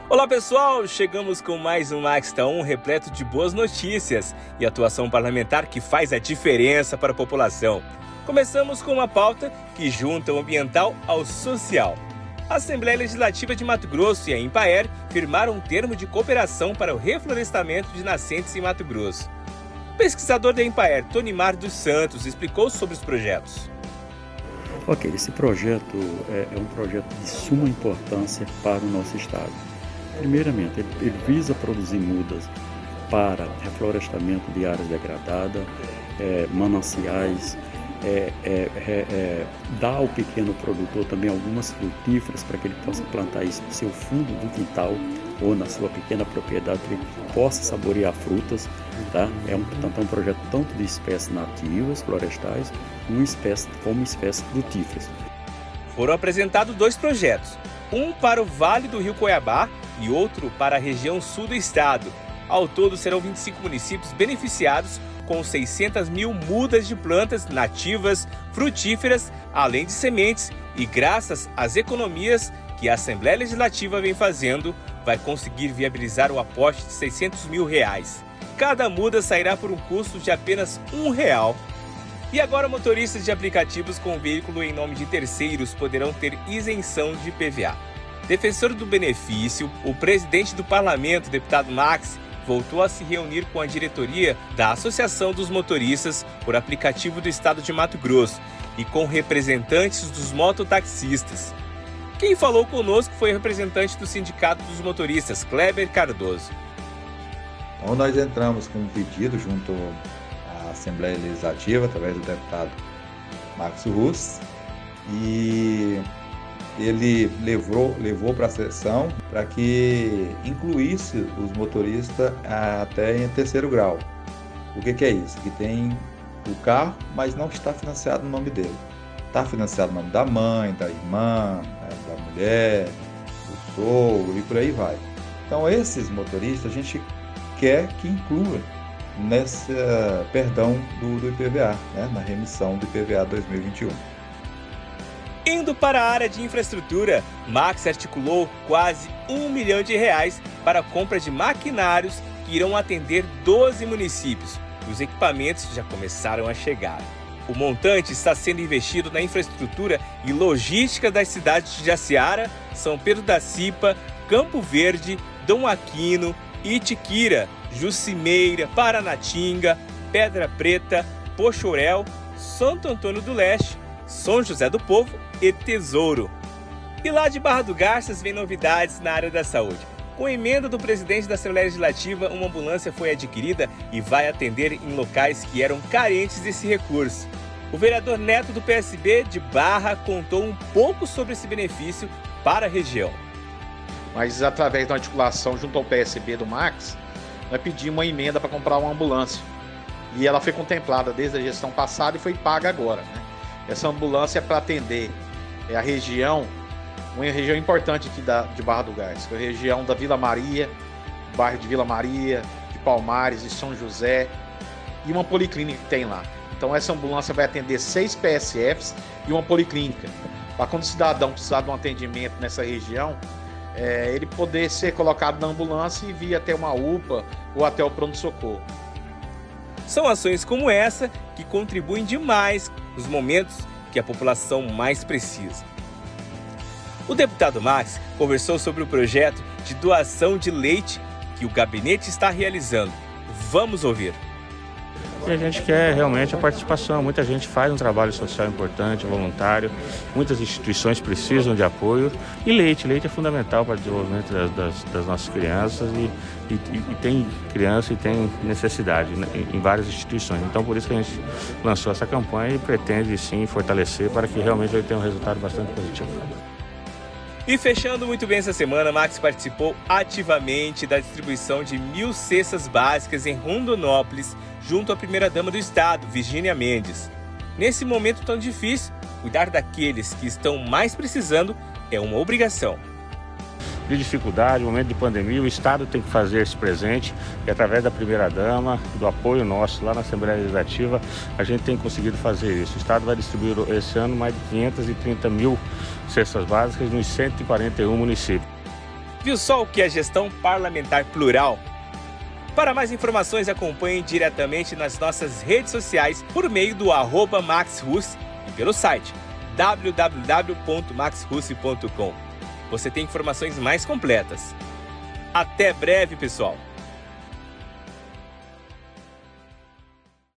Olá pessoal, chegamos com mais um Max Tá 1 repleto de boas notícias e atuação parlamentar que faz a diferença para a população. Começamos com uma pauta que junta o ambiental ao social. A Assembleia Legislativa de Mato Grosso e a Empaer firmaram um termo de cooperação para o reflorestamento de nascentes em Mato Grosso. O pesquisador da Empaer, Tonimar dos Santos, explicou sobre os projetos. Ok, esse projeto é um projeto de suma importância para o nosso estado. Primeiramente, ele visa produzir mudas para reflorestamento de áreas degradadas, mananciais, dar ao pequeno produtor também algumas frutíferas para que ele possa plantar isso no seu fundo do quintal ou na sua pequena propriedade, para que ele possa saborear frutas. Tá? É um projeto tanto de espécies nativas, florestais, como espécies frutíferas. Foram apresentados 2 projetos, um para o Vale do Rio Cuiabá e outro para a região sul do estado. Ao todo, serão 25 municípios beneficiados com 600 mil mudas de plantas nativas, frutíferas, além de sementes, e graças às economias que a Assembleia Legislativa vem fazendo, vai conseguir viabilizar o aporte de R$600 mil. Cada muda sairá por um custo de apenas R$1. E agora motoristas de aplicativos com veículo em nome de terceiros poderão ter isenção de IPVA. Defensor do benefício, o presidente do parlamento, deputado Max, voltou a se reunir com a diretoria da Associação dos Motoristas por Aplicativo do Estado de Mato Grosso e com representantes dos mototaxistas. Quem falou conosco foi o representante do Sindicato dos Motoristas, Kleber Cardoso. Então nós entramos com um pedido junto à Assembleia Legislativa, através do deputado Max Russo, e ele levou para a sessão para que incluísse os motoristas até em 3º grau. O que é isso? Que tem o carro, mas não está financiado no nome dele. Está financiado no nome da mãe, da irmã, da mulher, do sogro e por aí vai. Então esses motoristas a gente quer que inclua nesse perdão do IPVA, né, na remissão do IPVA 2021. Indo para a área de infraestrutura, Max articulou quase R$1 milhão para a compra de maquinários que irão atender 12 municípios. Os equipamentos já começaram a chegar. O montante está sendo investido na infraestrutura e logística das cidades de Jaciara, São Pedro da Cipa, Campo Verde, Dom Aquino, Itiquira, Jucimeira, Paranatinga, Pedra Preta, Poxorel, Santo Antônio do Leste, São José do Povo e Tesouro. E lá de Barra do Garças vem novidades na área da saúde. Com emenda do presidente da Assembleia Legislativa, uma ambulância foi adquirida e vai atender em locais que eram carentes desse recurso. O vereador Neto do PSB de Barra contou um pouco sobre esse benefício para a região. Mas através da articulação junto ao PSB do Max, nós pedimos uma emenda para comprar uma ambulância. E ela foi contemplada desde a gestão passada e foi paga agora, né? Essa ambulância é para atender a região, uma região importante aqui de Barra do Garças, que é a região da Vila Maria, bairro de Vila Maria, de Palmares, de São José, e uma policlínica que tem lá. Então essa ambulância vai atender 6 PSFs e uma policlínica, para quando o cidadão precisar de um atendimento nessa região, ele poder ser colocado na ambulância e vir até uma UPA ou até o pronto-socorro. São ações como essa que contribuem demais nos momentos que a população mais precisa. O deputado Max conversou sobre o projeto de doação de leite que o gabinete está realizando. Vamos ouvir. E a gente quer realmente a participação. Muita gente faz um trabalho social importante, voluntário. Muitas instituições precisam de apoio. E leite é fundamental para o desenvolvimento das nossas crianças. E tem criança e tem necessidade, né, em várias instituições. Então, por isso que a gente lançou essa campanha e pretende, sim, fortalecer para que realmente ele tenha um resultado bastante positivo. E fechando muito bem essa semana, Max participou ativamente da distribuição de 1.000 cestas básicas em Rondonópolis, junto à primeira-dama do estado, Virgínia Mendes. Nesse momento tão difícil, cuidar daqueles que estão mais precisando é uma obrigação. De dificuldade, momento de pandemia, o Estado tem que fazer esse presente e através da primeira-dama, do apoio nosso lá na Assembleia Legislativa, a gente tem conseguido fazer isso. O Estado vai distribuir esse ano mais de 530 mil cestas básicas nos 141 municípios. Viu só o que é gestão parlamentar plural? Para mais informações, acompanhe diretamente nas nossas redes sociais por meio do @MaxRusse e pelo site www.maxrusse.com. Você tem informações mais completas. Até breve, pessoal!